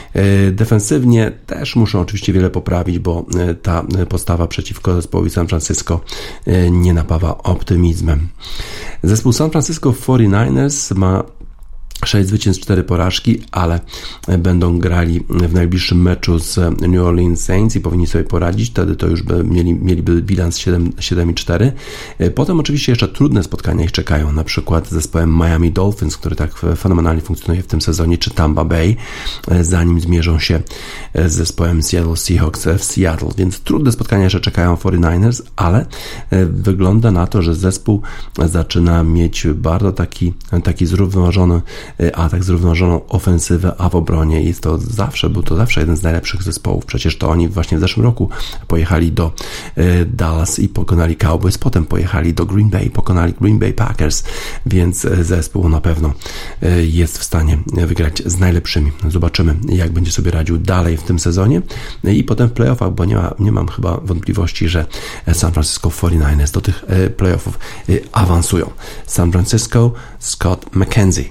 Defensywnie też muszą oczywiście wiele poprawić, bo ta postawa przeciwko zespołowi San Francisco nie napawa optymizmem. Zespół San Francisco forty-niners ma sześć zwycięstw, cztery porażki, ale będą grali w najbliższym meczu z New Orleans Saints i powinni sobie poradzić. Wtedy to już by mieli, mieliby bilans siedem i cztery. Potem oczywiście jeszcze trudne spotkania ich czekają, na przykład z zespołem Miami Dolphins, który tak fenomenalnie funkcjonuje w tym sezonie, czy Tampa Bay, zanim zmierzą się z zespołem Seattle Seahawks w Seattle. Więc trudne spotkania jeszcze czekają forty-niners, ale wygląda na to, że zespół zaczyna mieć bardzo taki, taki zrównoważony atak, zrównoważoną ofensywę, a w obronie jest to zawsze, był to zawsze jeden z najlepszych zespołów. Przecież to oni właśnie w zeszłym roku pojechali do Dallas i pokonali Cowboys, potem pojechali do Green Bay, pokonali Green Bay Packers, więc zespół na pewno jest w stanie wygrać z najlepszymi. Zobaczymy, jak będzie sobie radził dalej w tym sezonie i potem w playoffach, bo nie, ma, nie mam chyba wątpliwości, że San Francisco forty-niners do tych playoffów awansują. San Francisco, Scott McKenzie.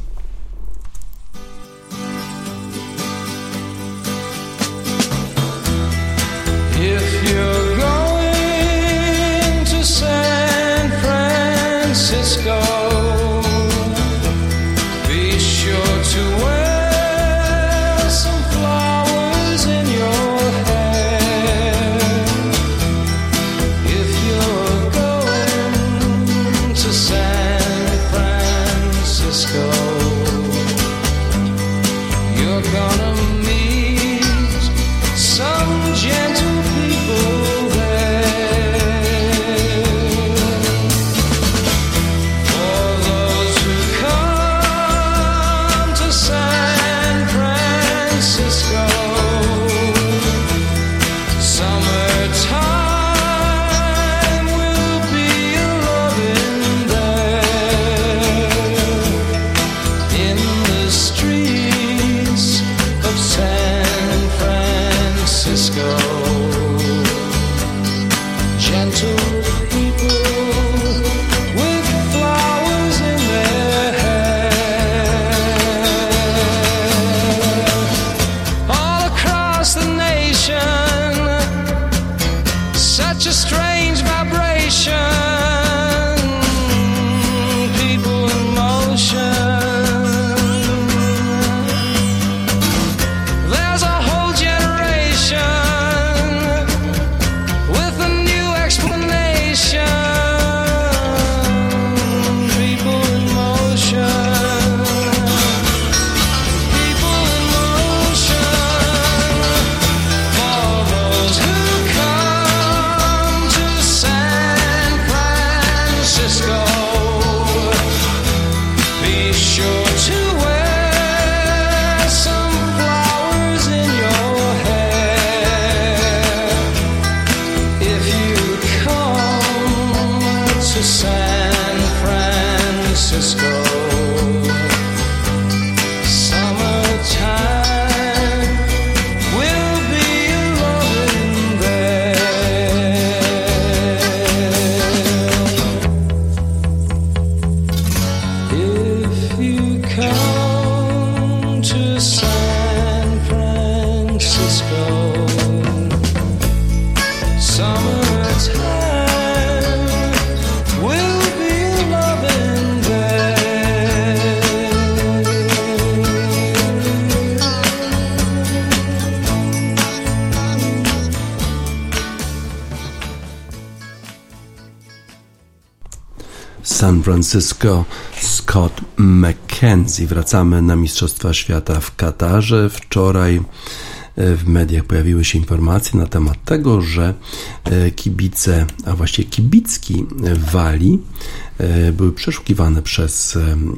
San Francisco, Scott McKenzie. Wracamy na Mistrzostwa Świata w Katarze. Wczoraj w mediach pojawiły się informacje na temat tego, że kibice, a właściwie kibicki Walii były przeszukiwane przez,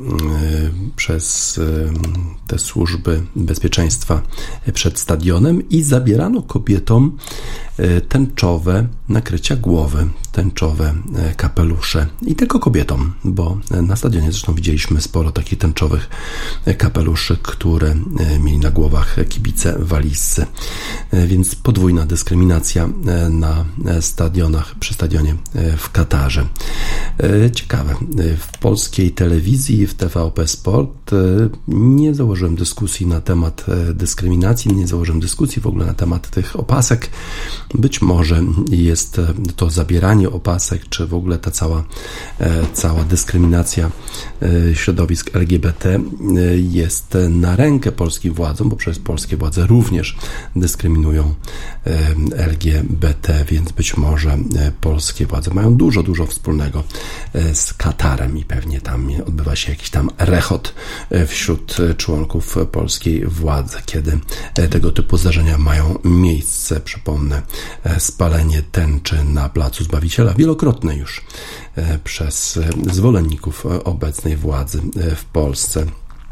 przez te służby bezpieczeństwa przed stadionem i zabierano kobietom tęczowe nakrycia głowy, tęczowe kapelusze i tylko kobietom, bo na stadionie zresztą widzieliśmy sporo takich tęczowych kapeluszy, które mieli na głowach kibice walijscy, więc podwójna dyskryminacja na stadionach, przy stadionie w Katarze. Ciekawe, w polskiej telewizji, w T V P Sport nie założyłem dyskusji na temat dyskryminacji, nie założyłem dyskusji w ogóle na temat tych opasek. Być może jest to zabieranie opasek, czy w ogóle ta cała, cała dyskryminacja środowisk L G B T jest na rękę polskim władzom, bo przecież polskie władze również dyskryminują L G B T, więc być może polskie władze mają dużo, dużo wspólnego z Katarem i pewnie tam odbywa się jakiś tam rechot wśród członków polskiej władzy, kiedy tego typu zdarzenia mają miejsce. Przypomnę, spalenie tęczy na Placu Zbawiciela, wielokrotne już przez zwolenników obecnej władzy w Polsce.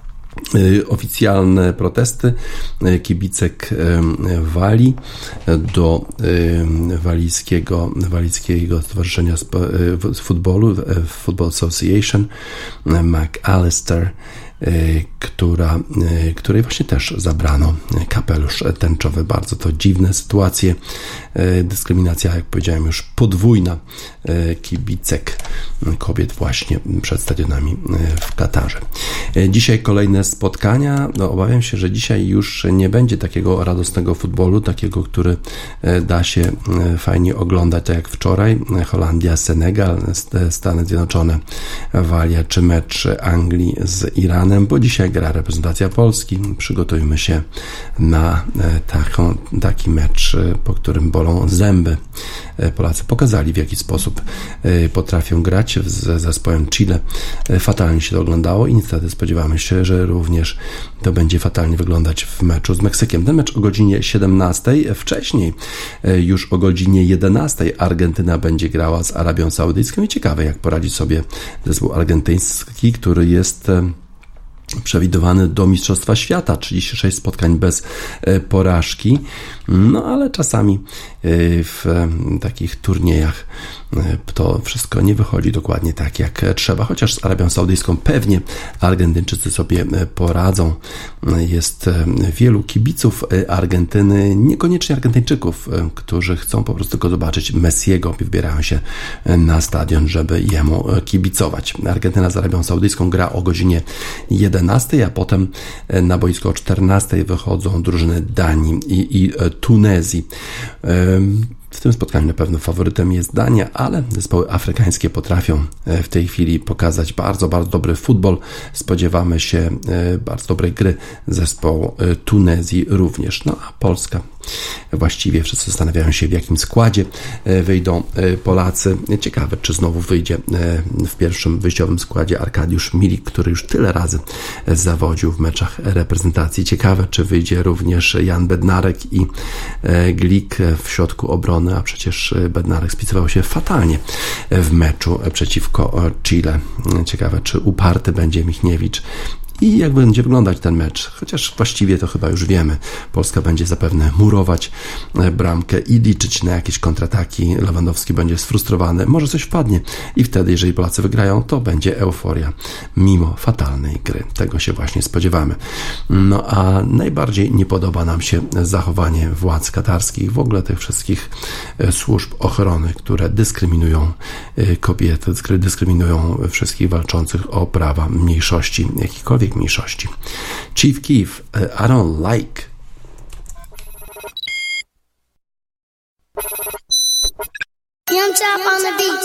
Oficjalne protesty kibicek Walii do walijskiego, walijskiego Stowarzyszenia Futbolu, Football Association, McAllister, która, której właśnie też zabrano kapelusz tęczowy. Bardzo to dziwne sytuacje. Dyskryminacja, jak powiedziałem już, podwójna kibicek kobiet właśnie przed stadionami w Katarze. Dzisiaj kolejne spotkania. No, obawiam się, że dzisiaj już nie będzie takiego radosnego futbolu, takiego, który da się fajnie oglądać, tak jak wczoraj. Holandia, Senegal, Stany Zjednoczone, Walia, czy mecz Anglii z Iranem, bo dzisiaj gra reprezentacja Polski. Przygotujmy się na taką, taki mecz, po którym bolą zęby. Polacy pokazali, w jaki sposób potrafią grać z zespołem Chile. Fatalnie się to oglądało i niestety spodziewamy się, że również to będzie fatalnie wyglądać w meczu z Meksykiem. Ten mecz o godzinie siedemnastej. Wcześniej, już o godzinie jedenastej, Argentyna będzie grała z Arabią Saudyjską i ciekawe, jak poradzi sobie zespół argentyński, który jest przewidywany do Mistrzostwa Świata, trzydzieści sześć spotkań bez porażki, no ale czasami w takich turniejach to wszystko nie wychodzi dokładnie tak, jak trzeba, chociaż z Arabią Saudyjską pewnie Argentyńczycy sobie poradzą. Jest wielu kibiców Argentyny, niekoniecznie Argentyńczyków, którzy chcą po prostu go zobaczyć, Messiego, wybierają się na stadion, żeby jemu kibicować. Argentyna z Arabią Saudyjską gra o godzinie jedenastej, a potem na boisko o czternastej wychodzą drużyny Danii i, i Tunezji. W tym spotkaniu na pewno faworytem jest Dania, ale zespoły afrykańskie potrafią w tej chwili pokazać bardzo, bardzo dobry futbol. Spodziewamy się bardzo dobrej gry zespołu Tunezji również. No a Polska, właściwie wszyscy zastanawiają się, w jakim składzie wyjdą Polacy. Ciekawe, czy znowu wyjdzie w pierwszym wyjściowym składzie Arkadiusz Milik, który już tyle razy zawodził w meczach reprezentacji. Ciekawe, czy wyjdzie również Jan Bednarek i Glik w środku obrony, a przecież Bednarek spisywał się fatalnie w meczu przeciwko Chile. Ciekawe, czy uparty będzie Michniewicz i jak będzie wyglądać ten mecz, chociaż właściwie to chyba już wiemy. Polska będzie zapewne murować bramkę i liczyć na jakieś kontrataki. Lewandowski będzie sfrustrowany, może coś wpadnie i wtedy, jeżeli Polacy wygrają, to będzie euforia mimo fatalnej gry. Tego się właśnie spodziewamy. No a najbardziej nie podoba nam się zachowanie władz katarskich, w ogóle tych wszystkich służb ochrony, które dyskryminują kobiety, dyskryminują wszystkich walczących o prawa mniejszości, jakichkolwiek mniejszości. Chief Keef, I don't like. Young Chop on the beat.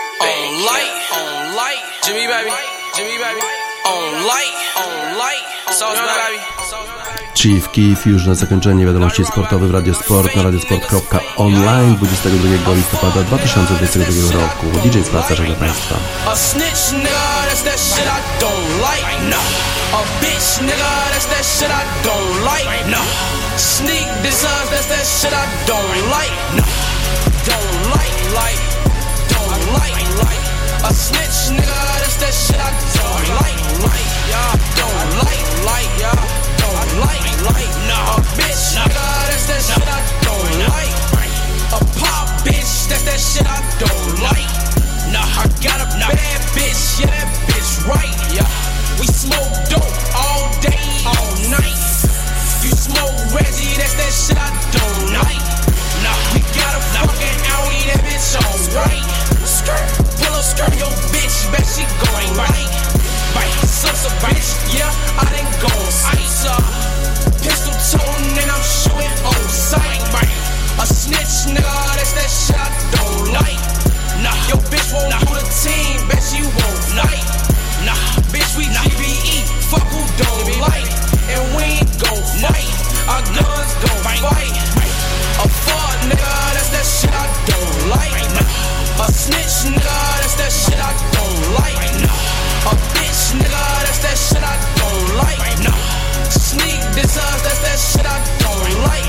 On light, on light, Jimmy baby, Jimmy baby, on light, on light. Chief Keef już na zakończenie wiadomości sportowych w Radio Sport na radiosport kropka online dwudziestego drugiego listopada dwa tysiące dwudziestego drugiego roku. D J Spacer dla Państwa. A snitch nigga, that's that shit I don't like. No. A bitch nigga, that's that shit I don't like. No. Sneak designs, that's that shit I don't like. No. Don't like, like, don't like, like. A snitch nigga, that's that shit I don't like, like. Yeah, don't like, like, yeah. Don't like, like, no. A bitch nigga, that's that shit I don't like. A pop bitch, that's that shit I don't like. Nah, I got a bad bitch, yeah, that bitch right, yeah. We smoke dope all day, all night. You smoke Reggie, that's that shit I don't like. Nah, we got a fucking Audi, that bitch alright. Skirt, pull up skirt, yo bitch, bet she going right. Right, such a bitch, yeah, I done gone ice up. Pistol toting and I'm shooting on sight, right. A snitch, nigga, that's that shit I don't like. Nah, yo bitch won't nah. do the team, bet she won't night. Nah, bitch we nah. G B E, fuck who don't like. And we ain't gon' fight, our guns gon' fight. fight. A fuck nigga, that's that shit I don't like. A snitch nigga, that's that shit I don't like. A bitch nigga, that's that shit I don't like. Sneak designs, that's that shit I don't like.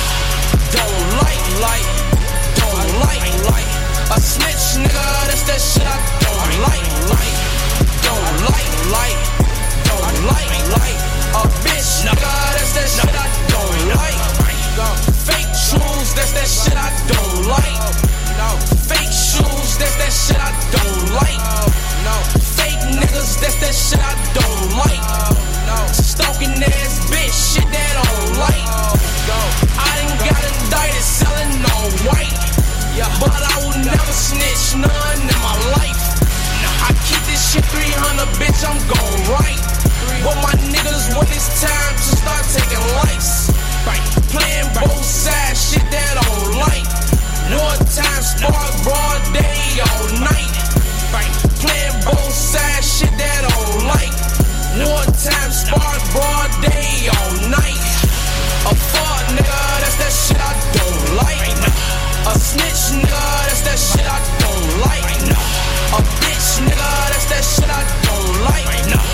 Don't like, like, don't like, like. A snitch nigga, that's that shit I don't like, like. Don't like, like, don't like, like. A bitch nigga, that's that shit I don't like. Fake shoes, that's that shit I don't like. Fake shoes, that's that shit I don't like. Fake niggas, that's that shit I don't like. Stalking ass bitch, shit that I don't like. I done got indicted selling all white. But I will never snitch none in my life. I keep this shit three hundred, bitch, I'm gon' right. But my niggas, when it's time to start taking lives, playing both sides, shit that I don't like. Wartime spark, broad day, all night. Playing both sides, shit that I don't like. Wartime spark, broad day, all night. A fuck nigga, that's that shit I don't like. A snitch nigga, that's that shit I don't like. A bitch nigga, that's that shit I don't like.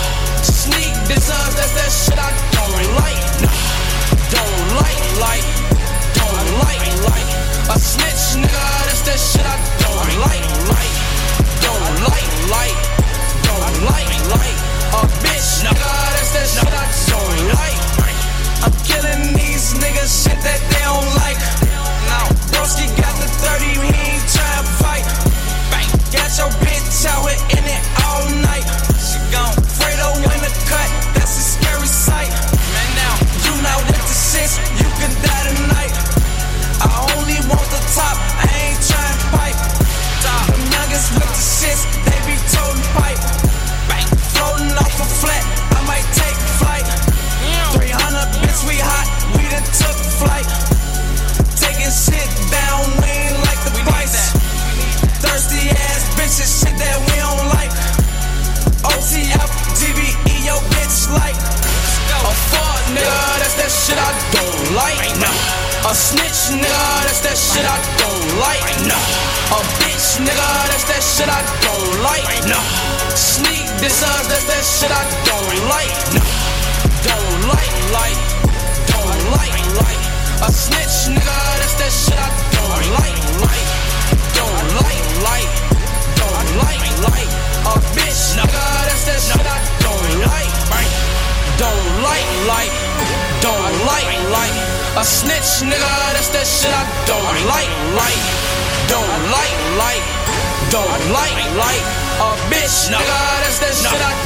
Sneak designs, that's that shit I don't like. Don't like, like, don't like, like. A snitch nigga, that's that shit I don't like, like. Don't like, like, don't like, like. A bitch nigga, that's that shit I don't like. I'm killing these niggas, shit that they don't like. Now, broski got the thirty, he ain't tryna fight. Got your bitch out here in it all night. She gon' Fredo in the cut, that's a scary sight. Man, now, you not with the shits, you can die tonight. I only want the top, I ain't tryna pipe. The youngest with the shits, they be toting pipe. Floating off a flat, I might take flight. three hundred, bitch, we hot, we done took flight. Taking shit down, we ain't like the price. Thirsty ass bitches, shit that we don't like. O T F, G B E, yo bitch like. A fuck nigga, that's that shit I don't like. A snitch nigga, that's that shit I don't like. A bitch nigga, that's that shit I don't like. Sneak designs, that's that shit I don't like. Don't like, like, don't like, like. A snitch nigga, that's that shit I don't like, like. Don't like, like, don't like, like. A bitch nigga, that's that shit I don't like. Don't like, like, don't like, like. A snitch nigga, that's that shit I don't like, like. Don't like, like, don't like, like. A bitch nigga, that's that shit I